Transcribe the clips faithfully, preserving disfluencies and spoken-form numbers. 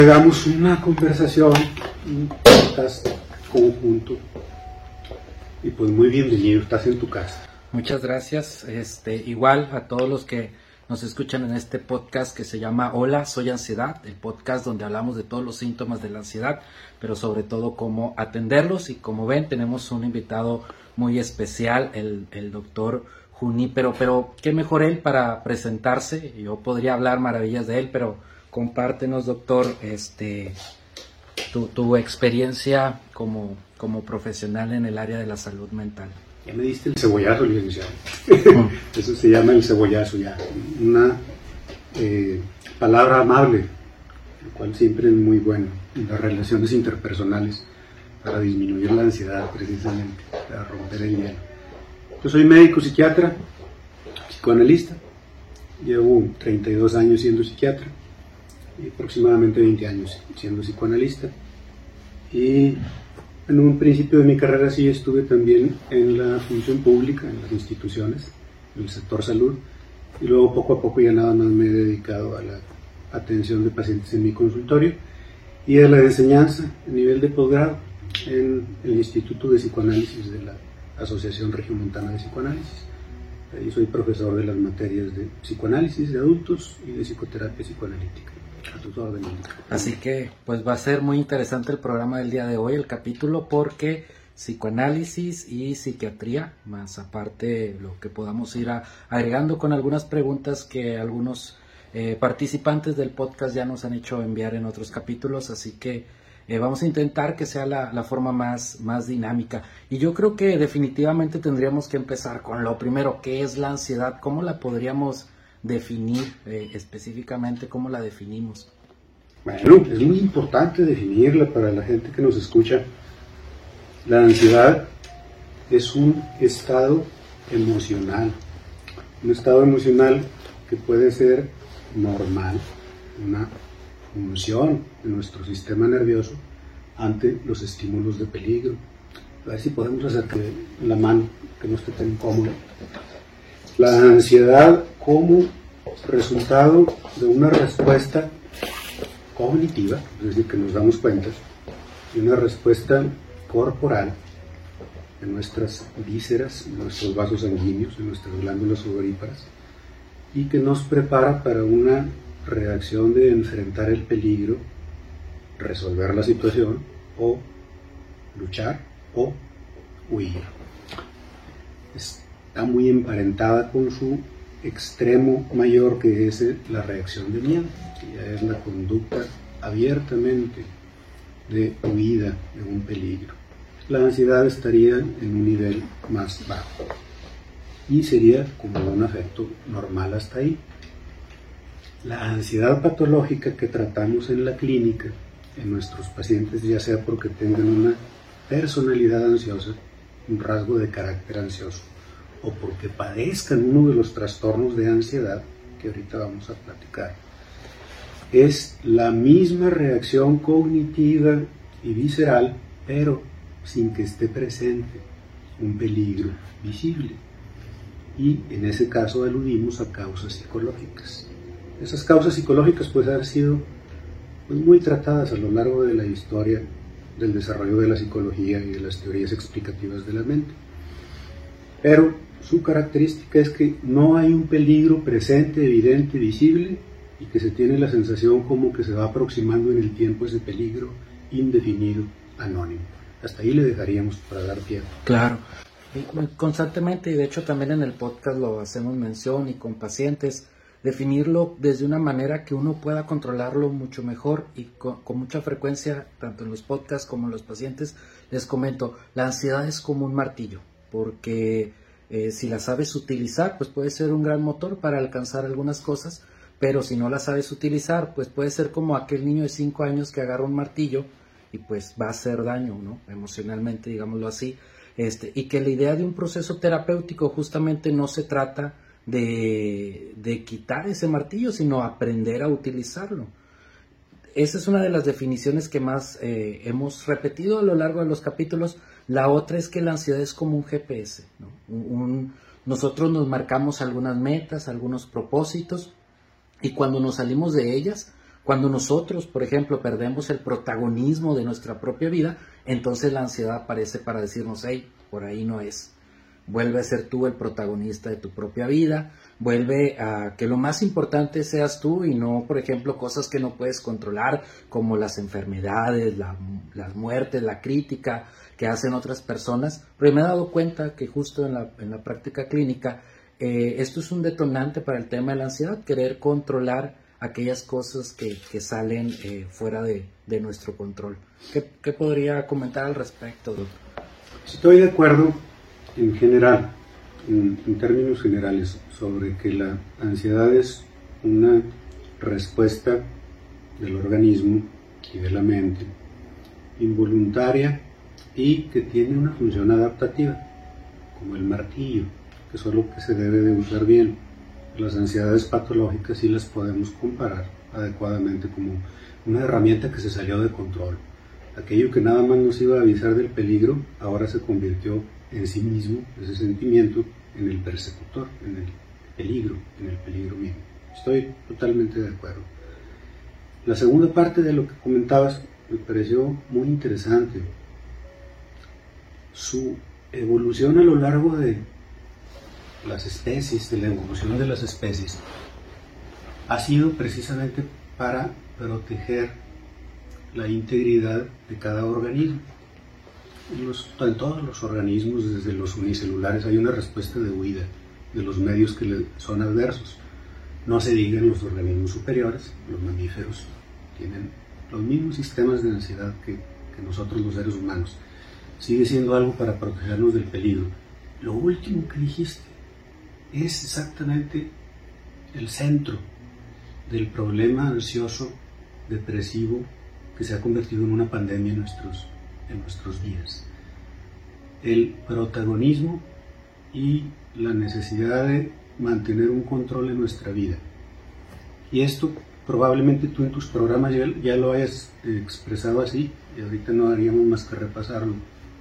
Hagamos una conversación, un podcast conjunto. Y pues muy bienvenido, estás en tu casa. Muchas gracias. Este, igual a todos los que nos escuchan en este podcast que se llama Hola, soy Ansiedad, el podcast donde hablamos de todos los síntomas de la ansiedad, pero sobre todo cómo atenderlos. Y como ven, tenemos un invitado muy especial, el, el doctor Junípero, pero qué mejor él para presentarse. Yo podría hablar maravillas de él, pero compártenos, doctor, este, tu, tu experiencia como, como profesional en el área de la salud mental. Ya me diste el cebollazo, licenciado. Eso se llama el cebollazo ya. Una eh, palabra amable, lo cual siempre es muy bueno en las relaciones interpersonales para disminuir la ansiedad, precisamente, para romper el hielo. Yo soy médico psiquiatra, psicoanalista. Llevo treinta y dos años siendo psiquiatra y aproximadamente veinte años siendo psicoanalista. Y en un principio de mi carrera sí estuve también en la función pública, en las instituciones, en el sector salud, y luego poco a poco ya nada más me he dedicado a la atención de pacientes en mi consultorio y a la enseñanza a nivel de posgrado en el Instituto de Psicoanálisis de la Asociación Regiomontana de Psicoanálisis. Ahí soy profesor de las materias de psicoanálisis de adultos y de psicoterapia psicoanalítica. A tus órdenes. Así que pues va a ser muy interesante el programa del día de hoy, el capítulo, porque psicoanálisis y psiquiatría, más aparte lo que podamos ir a, agregando con algunas preguntas que algunos eh, participantes del podcast ya nos han hecho enviar en otros capítulos, así que eh, vamos a intentar que sea la, la forma más, más dinámica. Y yo creo que definitivamente tendríamos que empezar con lo primero, ¿qué es la ansiedad? ¿Cómo la podríamos definir eh, específicamente? ¿Cómo la definimos? Bueno, es muy importante definirla para la gente que nos escucha. La ansiedad es un estado emocional, un estado emocional que puede ser normal, una función de nuestro sistema nervioso ante los estímulos de peligro. A ver si podemos hacer que la mano, que no esté tan incómoda. La ansiedad como resultado de una respuesta cognitiva, es decir, que nos damos cuenta, y una respuesta corporal en nuestras vísceras, en nuestros vasos sanguíneos, en nuestras glándulas sudoríparas, y que nos prepara para una reacción de enfrentar el peligro, resolver la situación, o luchar, o huir. Está muy emparentada con su extremo mayor, que es la reacción de miedo, que ya es la conducta abiertamente de huida de un peligro. La ansiedad estaría en un nivel más bajo y sería como un afecto normal hasta ahí. La ansiedad patológica que tratamos en la clínica en nuestros pacientes, ya sea porque tengan una personalidad ansiosa, un rasgo de carácter ansioso, o porque padezcan uno de los trastornos de ansiedad que ahorita vamos a platicar, es la misma reacción cognitiva y visceral, pero sin que esté presente un peligro visible. Y en ese caso aludimos a causas psicológicas. Esas causas psicológicas pues han sido pues, muy tratadas a lo largo de la historia del desarrollo de la psicología y de las teorías explicativas de la mente. Pero su característica es que no hay un peligro presente, evidente, visible, y que se tiene la sensación como que se va aproximando en el tiempo ese peligro indefinido, anónimo. Hasta ahí le dejaríamos para dar pie. Claro, y constantemente, y de hecho también en el podcast lo hacemos mención y con pacientes, definirlo desde una manera que uno pueda controlarlo mucho mejor y con, con mucha frecuencia, tanto en los podcasts como en los pacientes, les comento, la ansiedad es como un martillo, porque eh, si la sabes utilizar, pues puede ser un gran motor para alcanzar algunas cosas, pero si no la sabes utilizar, pues puede ser como aquel niño de cinco años que agarra un martillo y pues va a hacer daño, ¿no? Emocionalmente, digámoslo así, este, y que la idea de un proceso terapéutico justamente no se trata de, de quitar ese martillo, sino aprender a utilizarlo. Esa es una de las definiciones que más eh, hemos repetido a lo largo de los capítulos. La otra es que la ansiedad es como un G P S, ¿no? Un, un, nosotros nos marcamos algunas metas, algunos propósitos, y cuando nos salimos de ellas, Cuando nosotros, por ejemplo, perdemos el protagonismo de nuestra propia vida, entonces la ansiedad aparece para decirnos, hey, por ahí no es. Vuelve a ser tú el protagonista de tu propia vida, vuelve a que lo más importante seas tú y no, por ejemplo, cosas que no puedes controlar, como las enfermedades, la, las muertes, la crítica que hacen otras personas. Pero me he dado cuenta que justo en la, en la práctica clínica, eh, esto es un detonante para el tema de la ansiedad, querer controlar aquellas cosas que, que salen eh, fuera de, de nuestro control. ¿Qué, ¿Qué podría comentar al respecto, doctor? Estoy de acuerdo en general, en, en términos generales, sobre que la ansiedad es una respuesta del organismo y de la mente involuntaria y que tiene una función adaptativa, como el martillo, que es algo que se debe de usar bien. Las ansiedades patológicas sí las podemos comparar adecuadamente como una herramienta que se salió de control. Aquello que nada más nos iba a avisar del peligro, ahora se convirtió en sí mismo, ese sentimiento, en el persecutor, en el peligro, en el peligro mismo. Estoy totalmente de acuerdo. La segunda parte de lo que comentabas me pareció muy interesante. Su evolución a lo largo de las especies, de la evolución de las especies, ha sido precisamente para proteger la integridad de cada organismo. En, los, en todos los organismos, desde los unicelulares, hay una respuesta de huida de los medios que le son adversos. No se diga en los organismos superiores, los mamíferos tienen los mismos sistemas de ansiedad que, que nosotros los seres humanos. Sigue siendo algo para protegernos del peligro. Lo último que dijiste es exactamente el centro del problema ansioso, depresivo, que se ha convertido en una pandemia en nuestros, en nuestros días. El protagonismo y la necesidad de mantener un control en nuestra vida. Y esto probablemente tú en tus programas ya, ya lo hayas expresado así, y ahorita no haríamos más que repasarlo.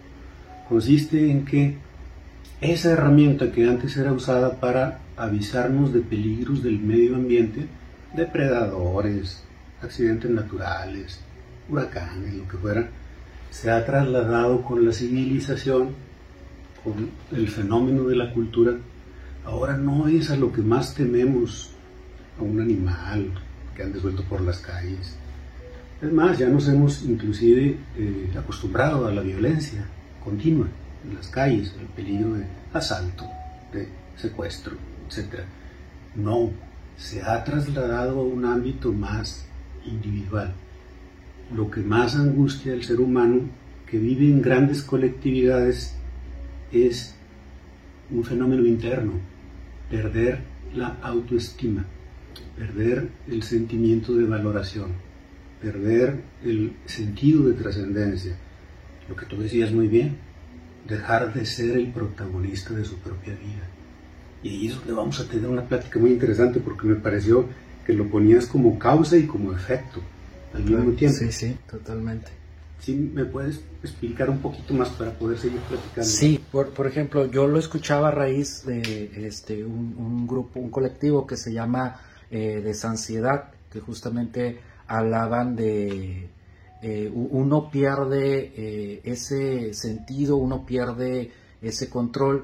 Consiste en que esa herramienta que antes era usada para avisarnos de peligros del medio ambiente, depredadores, accidentes naturales, huracanes, lo que fuera, se ha trasladado con la civilización, con el fenómeno de la cultura. Ahora no es a lo que más tememos, a un animal que ande suelto por las calles. Es más, ya nos hemos inclusive eh, acostumbrado a la violencia continua en las calles, el peligro de asalto, de secuestro, etcétera. No, se ha trasladado a un ámbito más individual. Lo que más angustia al ser humano que vive en grandes colectividades es un fenómeno interno, perder la autoestima, perder el sentimiento de valoración, perder el sentido de trascendencia. Lo que tú decías muy bien, dejar de ser el protagonista de su propia vida. Y ahí es donde vamos a tener una plática muy interesante, porque me pareció que lo ponías como causa y como efecto al claro, mismo tiempo. Sí, sí, totalmente. ¿Sí me puedes explicar un poquito más para poder seguir platicando? Sí, por, por ejemplo, yo lo escuchaba a raíz de este un, un grupo, un colectivo que se llama eh, Desansiedad, que justamente hablaban de eh, uno pierde eh, ese sentido, uno pierde ese control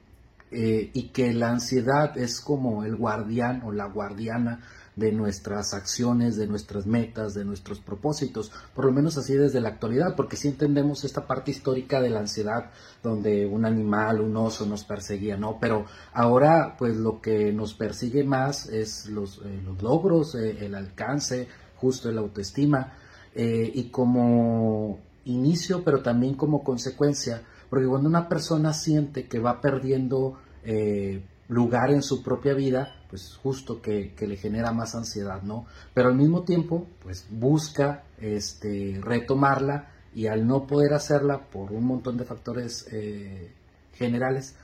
eh, y que la ansiedad es como el guardián o la guardiana de nuestras acciones, de nuestras metas, de nuestros propósitos, por lo menos así desde la actualidad, porque sí entendemos esta parte histórica de la ansiedad, donde un animal, un oso nos perseguía, ¿no? Pero ahora, pues lo que nos persigue más es los, eh, los logros, eh, el alcance, justo el autoestima, eh, y como inicio, pero también como consecuencia, porque cuando una persona siente que va perdiendo eh, lugar en su propia vida, pues justo que, que le genera más ansiedad, ¿no? Pero al mismo tiempo, pues busca este, retomarla y al no poder hacerla por un montón de factores eh, generales,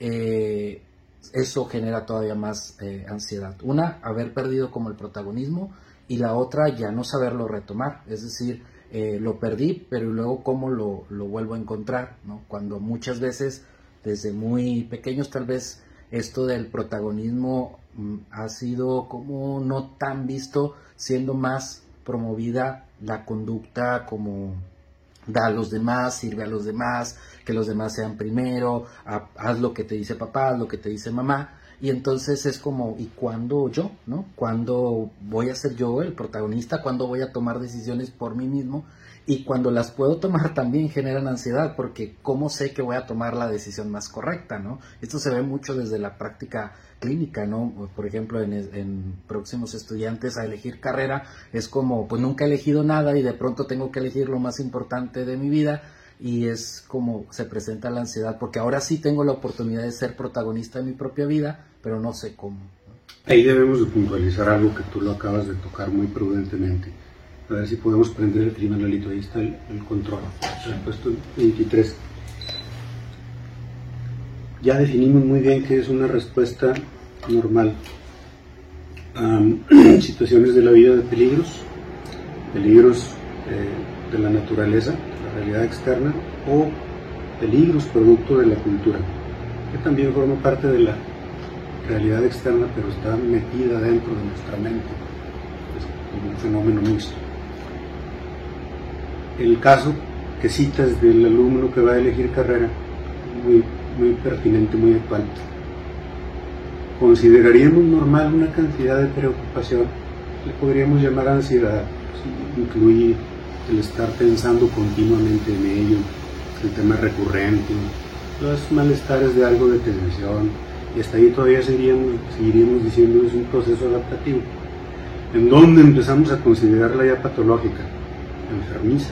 eh, eso genera todavía más eh, ansiedad. Una, haber perdido como el protagonismo y la otra, ya no saberlo retomar, es decir, eh, lo perdí, pero luego cómo lo, lo vuelvo a encontrar, ¿no? Cuando muchas veces, desde muy pequeños tal vez, esto del protagonismo mm, ha sido como no tan visto, siendo más promovida la conducta como da a los demás, sirve a los demás, que los demás sean primero, a, haz lo que te dice papá, haz lo que te dice mamá. Y entonces es como, ¿y cuándo yo? ¿No? ¿Cuándo voy a ser yo el protagonista? ¿Cuándo voy a tomar decisiones por mí mismo? Y cuando las puedo tomar también generan ansiedad, porque ¿cómo sé que voy a tomar la decisión más correcta? ¿No? Esto se ve mucho desde la práctica clínica, ¿no? Por ejemplo, en, en próximos estudiantes a elegir carrera, es como, pues nunca he elegido nada y de pronto tengo que elegir lo más importante de mi vida, y es como se presenta la ansiedad, porque ahora sí tengo la oportunidad de ser protagonista de mi propia vida, pero no sé cómo, ¿no? Ahí debemos de puntualizar algo que tú lo acabas de tocar muy prudentemente. A ver si podemos prender el clima, Lalito. Ahí está el, el control. Se ha puesto veintitrés. Ya definimos muy bien qué es una respuesta normal a um, situaciones de la vida de peligros, peligros eh, de la naturaleza, la realidad externa, o peligros producto de la cultura, que también forma parte de la realidad externa, pero está metida dentro de nuestra mente, es como un fenómeno mixto. El caso que citas del alumno que va a elegir carrera, muy, muy pertinente, muy actual. ¿Consideraríamos normal una cantidad de preocupación? Le podríamos llamar ansiedad, si incluye el estar pensando continuamente en ello, el tema recurrente, los malestares de algo de tensión, y hasta ahí todavía seguiríamos, seguiríamos diciendo que es un proceso adaptativo, en donde empezamos a considerarla ya patológica, enfermiza,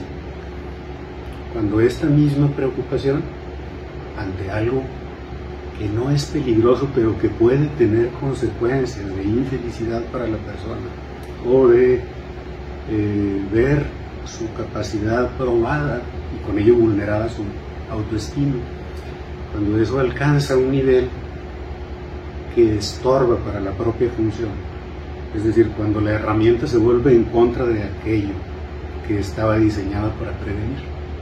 cuando esta misma preocupación ante algo que no es peligroso pero que puede tener consecuencias de infelicidad para la persona o de eh, ver su capacidad probada y con ello vulnerada su autoestima, cuando eso alcanza un nivel que estorba para la propia función, es decir, cuando la herramienta se vuelve en contra de aquello que estaba diseñada para prevenir.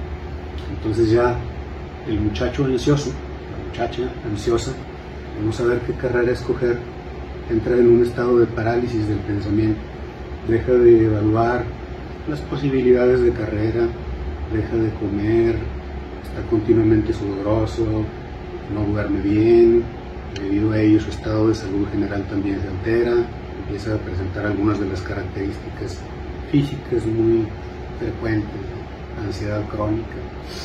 Entonces ya el muchacho ansioso, la muchacha ansiosa, de no saber qué carrera escoger, entra en un estado de parálisis del pensamiento, deja de evaluar las posibilidades de carrera, deja de comer, está continuamente sudoroso, no duerme bien, debido a ello su estado de salud general también se altera, empieza a presentar algunas de las características físicas muy frecuentes, ansiedad crónica,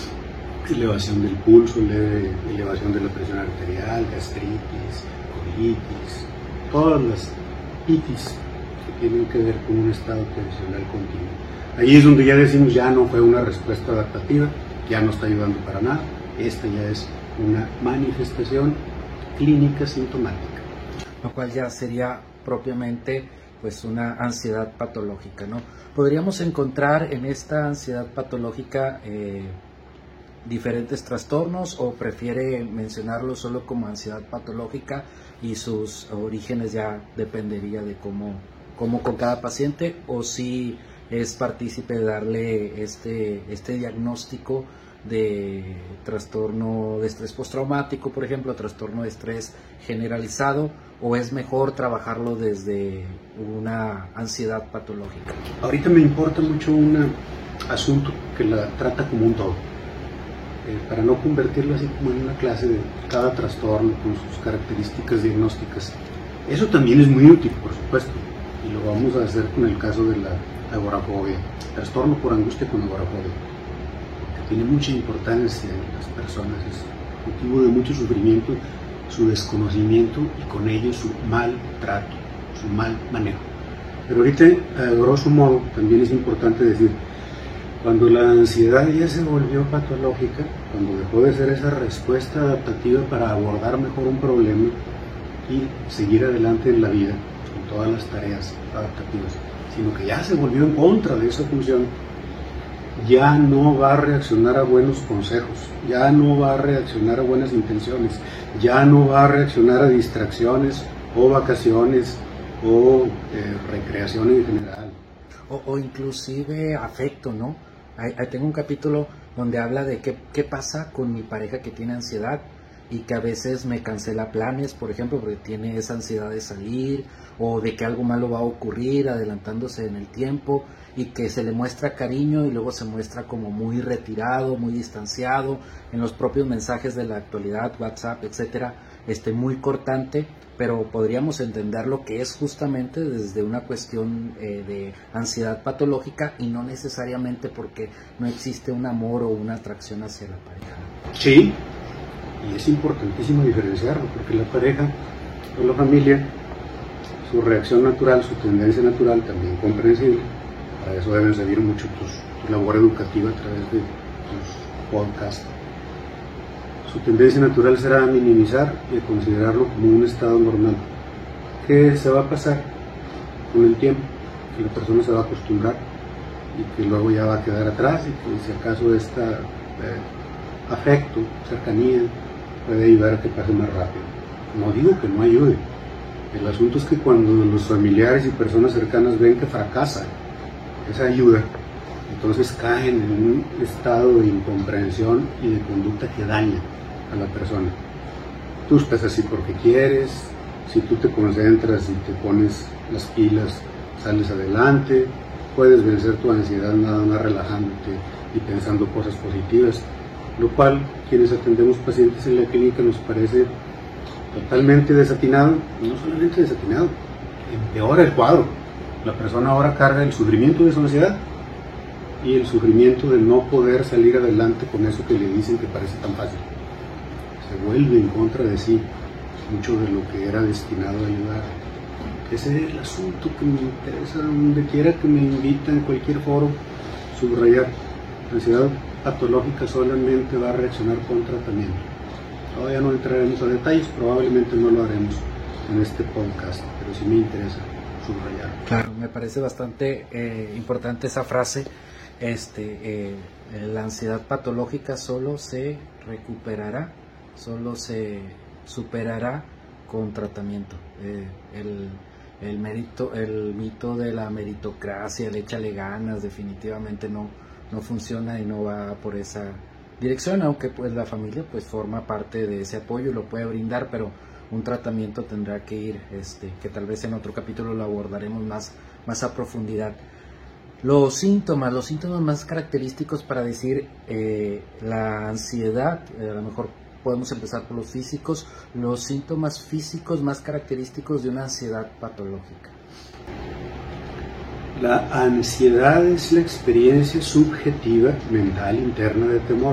elevación del pulso, leve elevación de la presión arterial, gastritis, colitis, todas las itis que tienen que ver con un estado tensional continuo. Ahí es donde ya decimos, ya no fue una respuesta adaptativa, ya no está ayudando para nada, esta ya es una manifestación clínica sintomática. Lo cual ya sería propiamente pues una ansiedad patológica, ¿no? Podríamos encontrar en esta ansiedad patológica eh, diferentes trastornos, o prefiere mencionarlo solo como ansiedad patológica y sus orígenes ya dependería de cómo, cómo con cada paciente, o si es partícipe de darle este, este diagnóstico de trastorno de estrés postraumático, por ejemplo, trastorno de estrés generalizado, o es mejor trabajarlo desde una ansiedad patológica. Ahorita me importa mucho un asunto que la trata como un todo, eh, para no convertirlo así como en una clase de cada trastorno con sus características diagnósticas. Eso también es muy útil, por supuesto, y lo vamos a hacer con el caso de la agorafobia, trastorno por angustia con agorafobia, que tiene mucha importancia en las personas, es motivo de mucho sufrimiento su desconocimiento y con ello su mal trato, su mal manejo. Pero ahorita, a grosso modo, también es importante decir, cuando la ansiedad ya se volvió patológica, cuando dejó de ser esa respuesta adaptativa para abordar mejor un problema y seguir adelante en la vida con todas las tareas adaptativas, sino que ya se volvió en contra de esa función, ya no va a reaccionar a buenos consejos, ya no va a reaccionar a buenas intenciones, ya no va a reaccionar a distracciones o vacaciones o eh, recreación en general. O, o inclusive afecto, ¿no? Ahí, ahí tengo un capítulo donde habla de qué, qué pasa con mi pareja que tiene ansiedad, y que a veces me cancela planes, por ejemplo, porque tiene esa ansiedad de salir o de que algo malo va a ocurrir adelantándose en el tiempo, y que se le muestra cariño y luego se muestra como muy retirado, muy distanciado en los propios mensajes de la actualidad, WhatsApp, etcétera, este, muy cortante, pero podríamos entenderlo que es justamente desde una cuestión eh, de ansiedad patológica y no necesariamente porque no existe un amor o una atracción hacia la pareja. Sí, y es importantísimo diferenciarlo, porque la pareja o la familia, su reacción natural, su tendencia natural, también comprensible. Para eso deben servir mucho tus, tu labor educativa a través de tus podcasts. Su tendencia natural será a minimizar y a considerarlo como un estado normal, que se va a pasar con el tiempo, que la persona se va a acostumbrar y que luego ya va a quedar atrás, y que si acaso este eh, afecto, cercanía, puede ayudar a que pase más rápido. No digo que no ayude. El asunto es que cuando los familiares y personas cercanas ven que fracasa esa ayuda, entonces caen en un estado de incomprensión y de conducta que daña a la persona. Tú estás así porque quieres, si tú te concentras y te pones las pilas, sales adelante, puedes vencer tu ansiedad nada más relajándote y pensando cosas positivas, lo cual quienes atendemos pacientes en la clínica nos parece totalmente desatinado, y no solamente desatinado, empeora el cuadro. La persona ahora carga el sufrimiento de su ansiedad y el sufrimiento de no poder salir adelante con eso que le dicen que parece tan fácil. Se vuelve en contra de sí mucho de lo que era destinado a ayudar. Ese es el asunto que me interesa, donde quiera que me invita en cualquier foro, subrayar. La ansiedad patológica solamente va a reaccionar con tratamiento. Todavía no entraremos a detalles, probablemente no lo haremos en este podcast, pero sí me interesa subrayar. Claro, me parece bastante eh, importante esa frase. Este, eh, la ansiedad patológica solo se recuperará, solo se superará con tratamiento. Eh, el, el mérito, el mito de la meritocracia, el échale ganas, definitivamente no, no funciona y no va por esa dirección, aunque pues la familia pues forma parte de ese apoyo y lo puede brindar, pero un tratamiento tendrá que ir, este, que tal vez en otro capítulo lo abordaremos más, más a profundidad. Los síntomas, los síntomas más característicos para decir eh, la ansiedad, eh, a lo mejor podemos empezar por los físicos, los síntomas físicos más característicos de una ansiedad patológica. La ansiedad es la experiencia subjetiva mental interna de temor.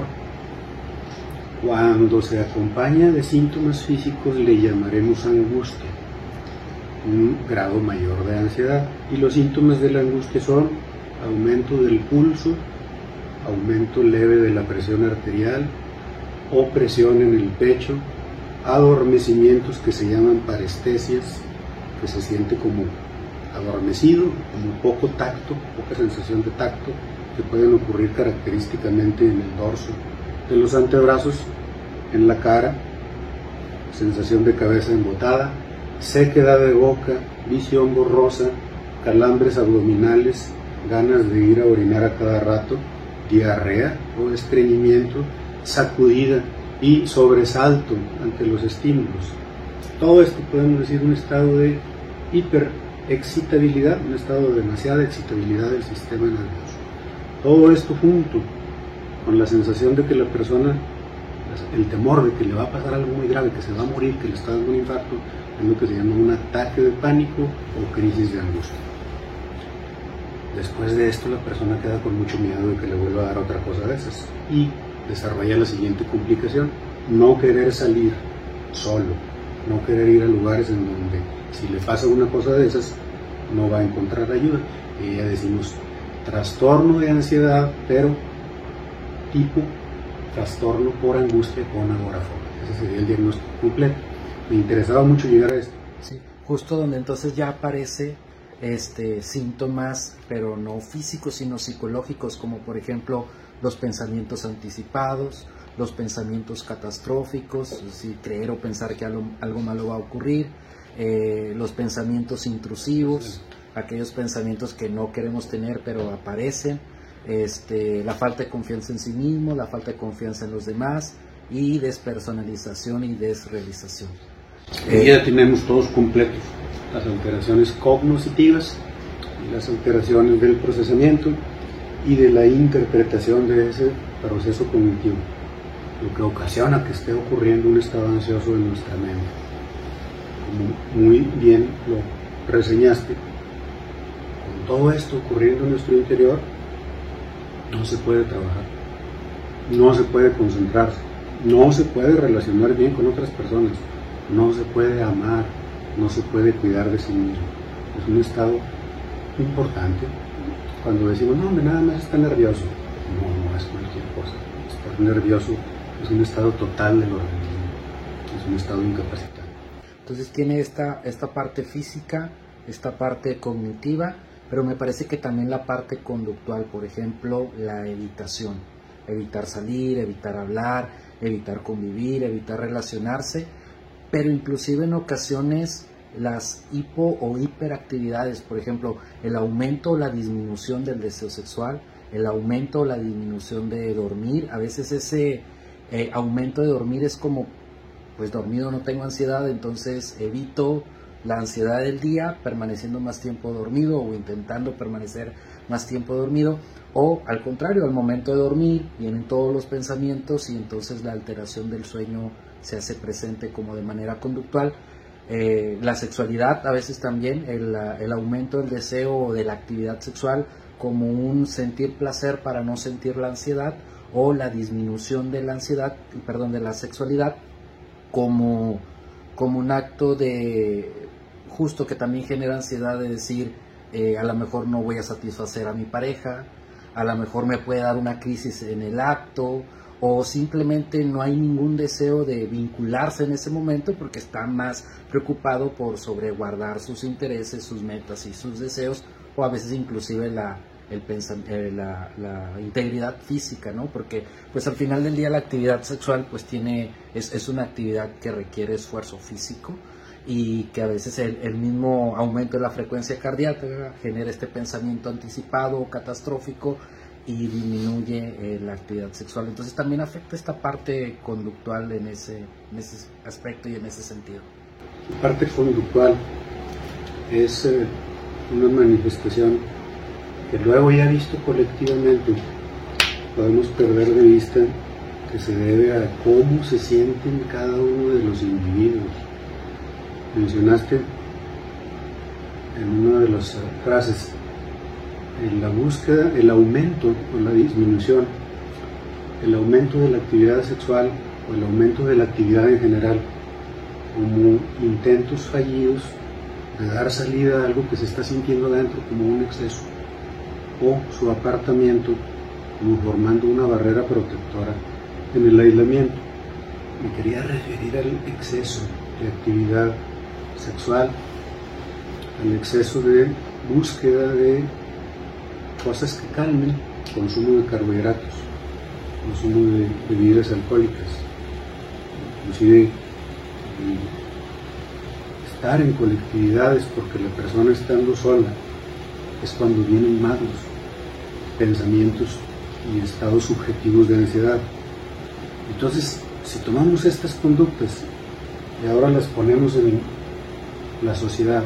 Cuando se acompaña de síntomas físicos le llamaremos angustia, un grado mayor de ansiedad. Y los síntomas de la angustia son aumento del pulso, aumento leve de la presión arterial, opresión en el pecho, adormecimientos que se llaman parestesias, que se siente como adormecido, como poco tacto, poca sensación de tacto, que pueden ocurrir característicamente en el dorso de los antebrazos, en la cara, sensación de cabeza embotada, sequedad de boca, visión borrosa, calambres abdominales, ganas de ir a orinar a cada rato, diarrea o estreñimiento, sacudida y sobresalto ante los estímulos. Todo esto podemos decir un estado de hiperexcitabilidad, un estado de demasiada excitabilidad del sistema nervioso. Todo esto junto con la sensación de que la persona, el temor de que le va a pasar algo muy grave, que se va a morir, que le está dando un infarto, es lo que se llama un ataque de pánico o crisis de angustia. Después de esto la persona queda con mucho miedo de que le vuelva a dar otra cosa de esas y desarrolla la siguiente complicación: no querer salir solo, no querer ir a lugares en donde si le pasa una cosa de esas no va a encontrar ayuda. Y ya decimos trastorno de ansiedad, pero tipo trastorno por angustia con agorafobia. Ese sería el diagnóstico completo. Me interesaba mucho llegar a esto. Sí, justo donde entonces ya aparece este síntomas, pero no físicos sino psicológicos, como por ejemplo los pensamientos anticipados, los pensamientos catastróficos, si creer o pensar que algo, algo malo va a ocurrir, eh, los pensamientos intrusivos, sí. Aquellos pensamientos que no queremos tener pero aparecen, este, la falta de confianza en sí mismo, la falta de confianza en los demás, y despersonalización y desrealización. Eh, ya tenemos todos completos, las alteraciones cognitivas y las alteraciones del procesamiento y de la interpretación de ese proceso cognitivo, lo que ocasiona que esté ocurriendo un estado ansioso en nuestra mente. Como muy bien lo reseñaste, con todo esto ocurriendo en nuestro interior, no se puede trabajar, no se puede concentrarse, no se puede relacionar bien con otras personas, no se puede amar, no se puede cuidar de sí mismo. Es un estado importante. Cuando decimos, no, hombre, nada más está nervioso, no, no es cualquier cosa. Estar nervioso es un estado total del organismo, es un estado incapacitado. Entonces tiene esta, esta parte física, esta parte cognitiva, pero me parece que también la parte conductual, por ejemplo, la evitación, evitar salir, evitar hablar, evitar convivir, evitar relacionarse, pero inclusive en ocasiones las hipo o hiperactividades, por ejemplo, el aumento o la disminución del deseo sexual, el aumento o la disminución de dormir. A veces ese eh, aumento de dormir es como, pues dormido no tengo ansiedad, entonces evito la ansiedad del día permaneciendo más tiempo dormido o intentando permanecer más tiempo dormido, o al contrario, al momento de dormir vienen todos los pensamientos y entonces la alteración del sueño se hace presente como de manera conductual. Eh, la sexualidad a veces también, el, el aumento del deseo o de la actividad sexual como un sentir placer para no sentir la ansiedad, o la disminución de la ansiedad, perdón, de la sexualidad como, como un acto de justo que también genera ansiedad de decir eh, a lo mejor no voy a satisfacer a mi pareja, a lo mejor me puede dar una crisis en el acto, o simplemente no hay ningún deseo de vincularse en ese momento porque está más preocupado por sobreguardar sus intereses, sus metas y sus deseos, o a veces inclusive la, el pensam- eh, la, la integridad física, ¿no? Porque pues al final del día la actividad sexual pues tiene, es, es una actividad que requiere esfuerzo físico, y que a veces el, el mismo aumento de la frecuencia cardíaca genera este pensamiento anticipado o catastrófico y disminuye eh, la actividad sexual. Entonces también afecta esta parte conductual en ese, en ese aspecto y en ese sentido. La parte conductual es eh, una manifestación que luego ya visto colectivamente podemos perder de vista, que se debe a cómo se sienten cada uno de los individuos. Mencionaste en una de las frases en la búsqueda, el aumento o la disminución, el aumento de la actividad sexual o el aumento de la actividad en general, como intentos fallidos de dar salida a algo que se está sintiendo dentro como un exceso, o su apartamiento como formando una barrera protectora en el aislamiento. Me quería referir al exceso de actividad sexual, al exceso de búsqueda de cosas que calmen, consumo de carbohidratos, consumo de bebidas alcohólicas, inclusive estar en colectividades, porque la persona estando sola es cuando vienen más los pensamientos y estados subjetivos de ansiedad. Entonces, si tomamos estas conductas y ahora las ponemos en la sociedad,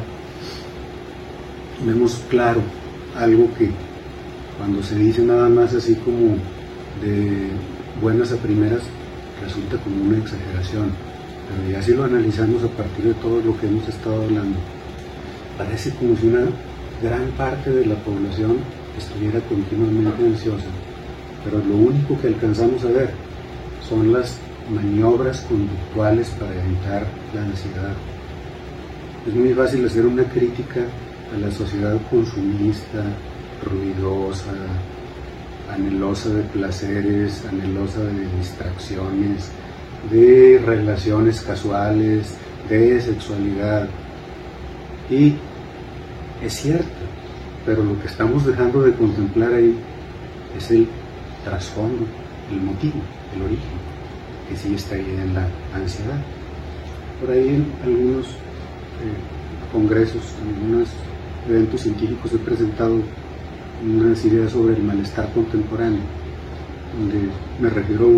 vemos claro algo que cuando se dice nada más así como de buenas a primeras resulta como una exageración, pero ya si lo analizamos a partir de todo lo que hemos estado hablando, parece como si una gran parte de la población estuviera continuamente ansiosa, pero lo único que alcanzamos a ver son las maniobras conductuales para evitar la ansiedad. Es muy fácil hacer una crítica a la sociedad consumista, ruidosa, anhelosa de placeres, anhelosa de distracciones, de relaciones casuales, de sexualidad. Y es cierto, pero lo que estamos dejando de contemplar ahí es el trasfondo, el motivo, el origen, que sí está ahí en la ansiedad. Por ahí en algunos eh, congresos, en algunos eventos científicos he presentado unas ideas sobre el malestar contemporáneo, donde me refiero a un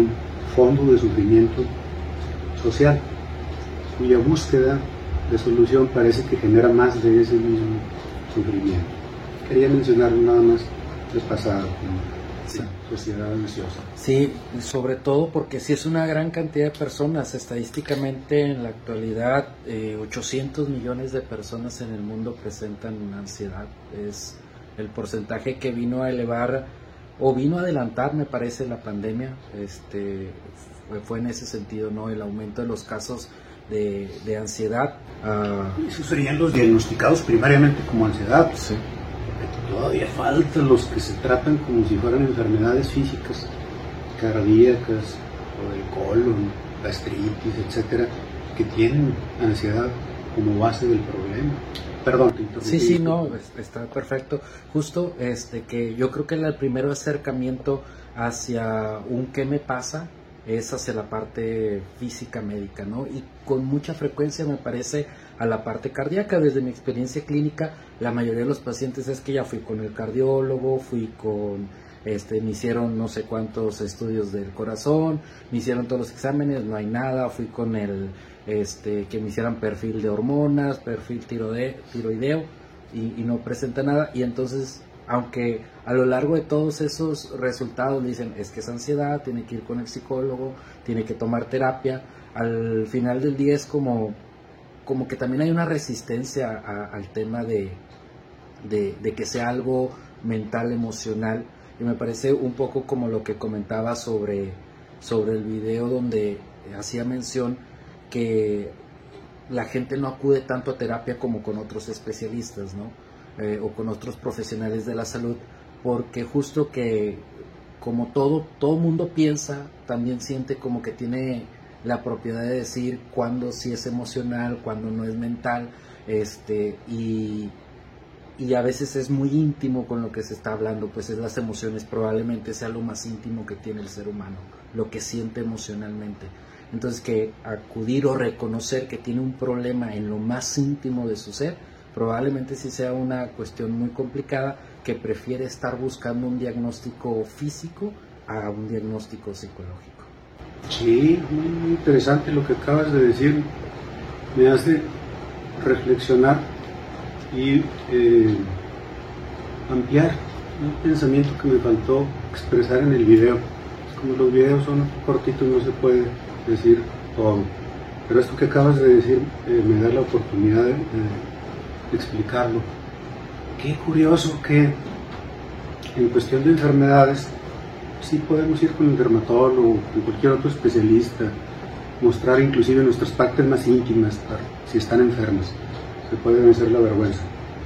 fondo de sufrimiento social, cuya búsqueda de solución parece que genera más de ese mismo sufrimiento. Quería mencionarlo nada más despasado, como sí. Sociedad ansiosa. Sí, sobre todo porque sí es una gran cantidad de personas. Estadísticamente en la actualidad eh, ochocientos millones de personas en el mundo presentan ansiedad. Es el porcentaje que vino a elevar o vino a adelantar, me parece, la pandemia. Este fue, fue en ese sentido, ¿no? El aumento de los casos de, de ansiedad. Uh, Esos serían los diagnosticados primariamente como ansiedad. Sí. Todavía faltan los que se tratan como si fueran enfermedades físicas, cardíacas, o del colon, gastritis, etcétera, que tienen ansiedad como base del problema. Perdón, te interrumpí. Sí, sí, no, está perfecto. Justo este que yo creo que el primer acercamiento hacia un qué me pasa es hacia la parte física médica, ¿no? Y con mucha frecuencia me parece a la parte cardíaca. Desde mi experiencia clínica, la mayoría de los pacientes es que ya fui con el cardiólogo, fui con, este, me hicieron no sé cuántos estudios del corazón, me hicieron todos los exámenes, no hay nada, fui con el, este, que me hicieran perfil de hormonas, perfil tirode, tiroideo, y, y no presenta nada, y entonces, aunque a lo largo de todos esos resultados le dicen, es que es ansiedad, tiene que ir con el psicólogo, tiene que tomar terapia, al final del día es como, como que también hay una resistencia a, al tema de, de, de que sea algo mental, emocional, y me parece un poco como lo que comentaba sobre, sobre el video donde hacía mención que la gente no acude tanto a terapia como con otros especialistas, ¿no? Eh, o con otros profesionales de la salud, porque justo que como todo todo mundo piensa, también siente como que tiene la propiedad de decir cuándo sí es emocional, cuándo no es mental, este y, y a veces es muy íntimo con lo que se está hablando, pues es las emociones, probablemente sea lo más íntimo que tiene el ser humano, lo que siente emocionalmente. Entonces que acudir o reconocer que tiene un problema en lo más íntimo de su ser, probablemente sí sea una cuestión muy complicada, que prefiere estar buscando un diagnóstico físico a un diagnóstico psicológico. Sí, muy interesante lo que acabas de decir, me hace reflexionar y eh, ampliar un pensamiento que me faltó expresar en el video. Como los videos son cortitos, no se puede decir todo, pero esto que acabas de decir eh, me da la oportunidad de, de explicarlo. Qué curioso que en cuestión de enfermedades sí podemos ir con el dermatólogo, con cualquier otro especialista, mostrar inclusive nuestras partes más íntimas para, si están enfermas, se puede vencer la vergüenza,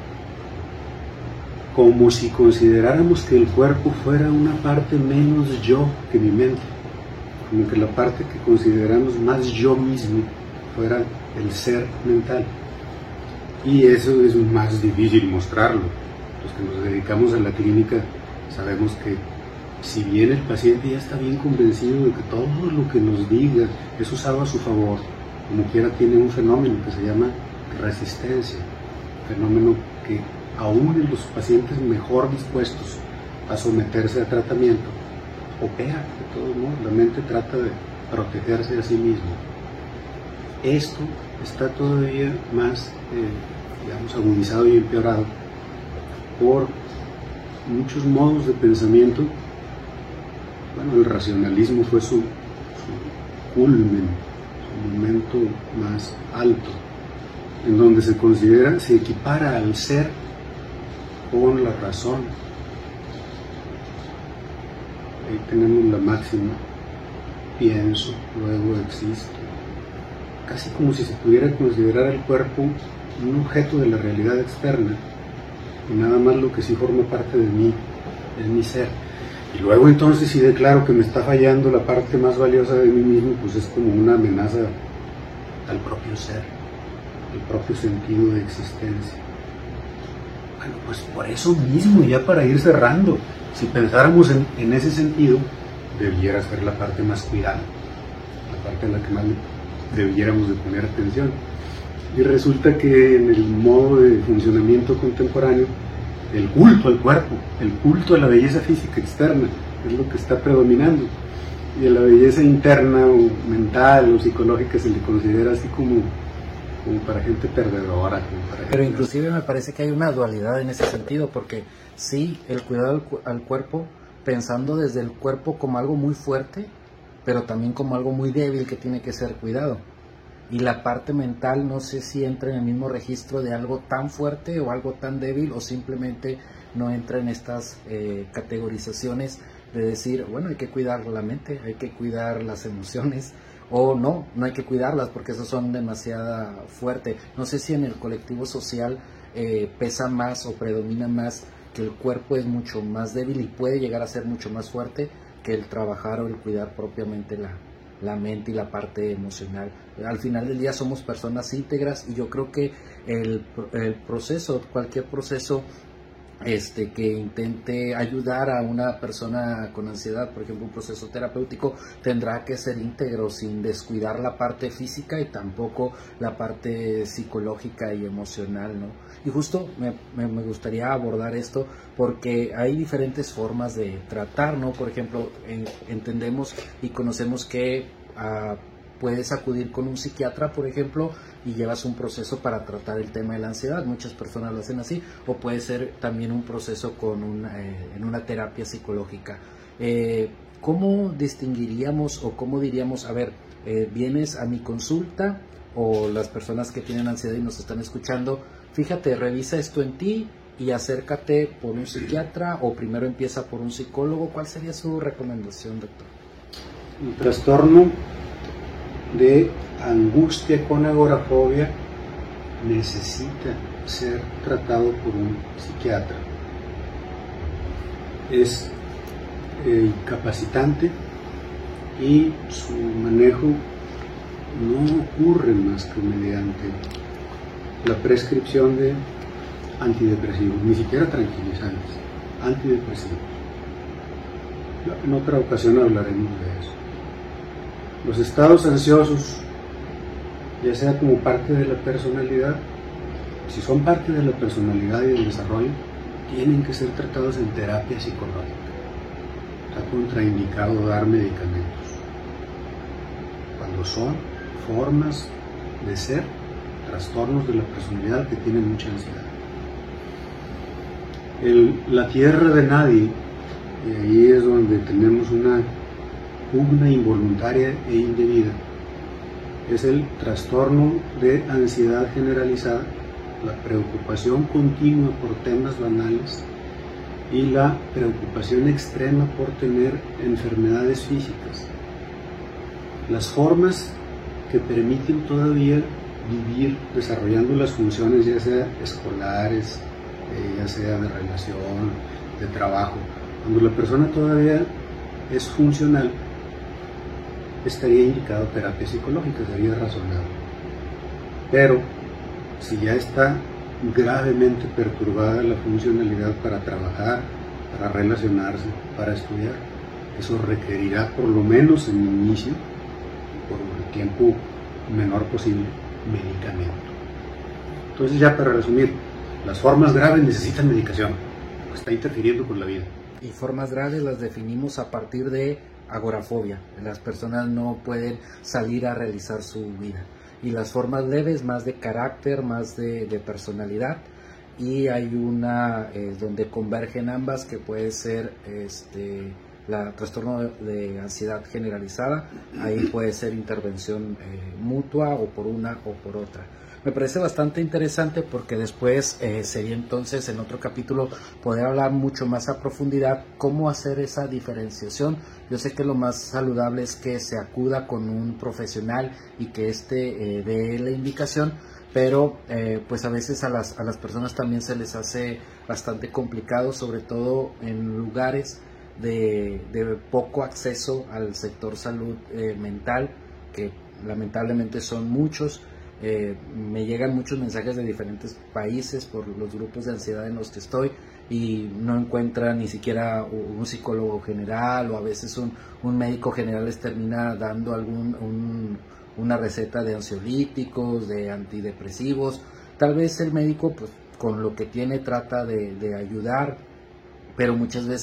como si consideráramos que el cuerpo fuera una parte menos yo que mi mente, como que la parte que consideramos más yo mismo fuera el ser mental. Y eso es más difícil mostrarlo. Los que nos dedicamos a la clínica sabemos que si bien el paciente ya está bien convencido de que todo lo que nos diga es usado a su favor, como quiera tiene un fenómeno que se llama resistencia, fenómeno que aún en los pacientes mejor dispuestos a someterse a tratamiento, opera de todos modos. La mente trata de protegerse a sí mismo. Esto está todavía más, eh, digamos, agudizado y empeorado por muchos modos de pensamiento. Bueno, el racionalismo fue su, su culmen, su momento más alto, en donde se considera, se equipara al ser con la razón. Ahí tenemos la máxima, pienso, luego existo. Casi como si se pudiera considerar el cuerpo un objeto de la realidad externa y nada más lo que sí forma parte de mí es mi ser. Y luego entonces si declaro que me está fallando la parte más valiosa de mí mismo, pues es como una amenaza al propio ser, al propio sentido de existencia. Bueno, pues por eso mismo, ya para ir cerrando, si pensáramos en, en ese sentido, debiera ser la parte más cuidada, la parte en la que más debiéramos de poner atención. Y resulta que en el modo de funcionamiento contemporáneo, el culto al cuerpo, el culto a la belleza física externa es lo que está predominando. y a la belleza interna o mental o psicológica se le considera así como, como para gente perdedora. Como para Pero gente... inclusive me parece que hay una dualidad en ese sentido, porque sí, el cuidado al, cu al cuerpo, pensando desde el cuerpo como algo muy fuerte, pero también como algo muy débil que tiene que ser cuidado. Y la parte mental no sé si entra en el mismo registro de algo tan fuerte o algo tan débil, o simplemente no entra en estas eh, categorizaciones de decir, bueno, hay que cuidar la mente, hay que cuidar las emociones, o no, no hay que cuidarlas porque esas son demasiado fuertes. No sé si en el colectivo social eh, pesa más o predomina más que el cuerpo es mucho más débil y puede llegar a ser mucho más fuerte que el trabajar o el cuidar propiamente la, la mente y la parte emocional. Al final del día somos personas íntegras, y yo creo que el, el proceso, cualquier proceso Este, que intente ayudar a una persona con ansiedad, por ejemplo un proceso terapéutico, tendrá que ser íntegro sin descuidar la parte física y tampoco la parte psicológica y emocional, ¿no? Y justo me, me, me gustaría abordar esto porque hay diferentes formas de tratar, ¿no? Por ejemplo, en, entendemos y conocemos que uh, puedes acudir con un psiquiatra, por ejemplo, y llevas un proceso para tratar el tema de la ansiedad. Muchas personas lo hacen así, o puede ser también un proceso con un, eh, en una terapia psicológica. Eh, ¿Cómo distinguiríamos o cómo diríamos, a ver, eh, vienes a mi consulta, o las personas que tienen ansiedad y nos están escuchando, fíjate, revisa esto en ti y acércate por un psiquiatra, o primero empieza por un psicólogo? ¿Cuál sería su recomendación, doctor? Un trastorno de angustia con agorafobia necesita ser tratado por un psiquiatra. Es eh, incapacitante, y su manejo no ocurre más que mediante la prescripción de antidepresivos, ni siquiera tranquilizantes, antidepresivos. En otra ocasión hablaremos de eso. Los estados ansiosos, ya sea como parte de la personalidad, si son parte de la personalidad y del desarrollo, tienen que ser tratados en terapia psicológica. Está contraindicado dar medicamentos. Cuando son formas de ser, trastornos de la personalidad que tienen mucha ansiedad. El, la tierra de nadie, y ahí es donde tenemos una pugna involuntaria e indebida, es el trastorno de ansiedad generalizada, la preocupación continua por temas banales y la preocupación extrema por tener enfermedades físicas. Las formas que permiten todavía vivir desarrollando las funciones, ya sea escolares, eh, ya sea de relación, de trabajo, cuando la persona todavía es funcional, estaría indicado terapia psicológica, sería razonable. Pero si ya está gravemente perturbada la funcionalidad para trabajar, para relacionarse, para estudiar, eso requerirá, por lo menos en el inicio, por el tiempo menor posible, medicamento. Entonces, ya para resumir, las formas graves necesitan medicación, porque está interfiriendo con la vida. Y formas graves las definimos a partir de agorafobia. Las personas no pueden salir a realizar su vida. Y las formas leves, más de carácter, más de, de personalidad. Y hay una eh, donde convergen ambas, que puede ser este, la trastorno de, de ansiedad generalizada. Ahí puede ser intervención eh, mutua, o por una o por otra. Me parece bastante interesante porque después eh, sería entonces en otro capítulo poder hablar mucho más a profundidad cómo hacer esa diferenciación. Yo sé que lo más saludable es que se acuda con un profesional y que éste eh, dé la indicación, pero eh, pues a veces a las, a las personas también se les hace bastante complicado, sobre todo en lugares de, de poco acceso al sector salud eh, mental, que lamentablemente son muchos. Eh, me llegan muchos mensajes de diferentes países por los grupos de ansiedad en los que estoy, y no encuentran ni siquiera un psicólogo general, o a veces un, un médico general les termina dando algún un, una receta de ansiolíticos, de antidepresivos. Tal vez el médico pues con lo que tiene trata de, de ayudar, pero muchas veces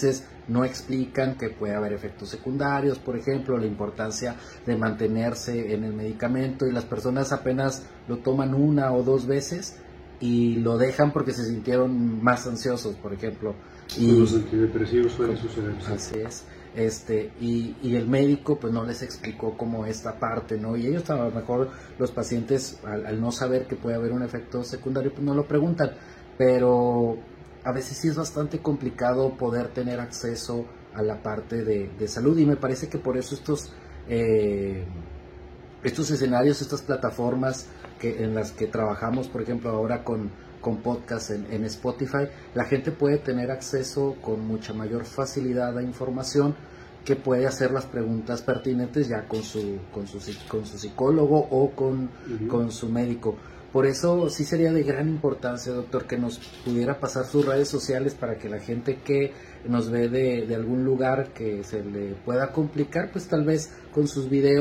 no explican que puede haber efectos secundarios, por ejemplo, la importancia de mantenerse en el medicamento, y las personas apenas lo toman una o dos veces y lo dejan porque se sintieron más ansiosos, por ejemplo. Y con los antidepresivos suele suceder. Así es. Este, y, y el médico pues no les explicó como esta parte, ¿no? Y ellos, a lo mejor los pacientes, al, al no saber que puede haber un efecto secundario, pues no lo preguntan, pero a veces sí es bastante complicado poder tener acceso a la parte de, de salud, y me parece que por eso estos eh, estos escenarios, estas plataformas que, en las que trabajamos, por ejemplo ahora con, con podcast en, en Spotify, la gente puede tener acceso con mucha mayor facilidad a información, que puede hacer las preguntas pertinentes ya con su, con su, con su psicólogo o con, uh-huh. con su médico. Por eso sí sería de gran importancia, doctor, que nos pudiera pasar sus redes sociales para que la gente que nos ve de, de algún lugar que se le pueda complicar, pues tal vez con sus videos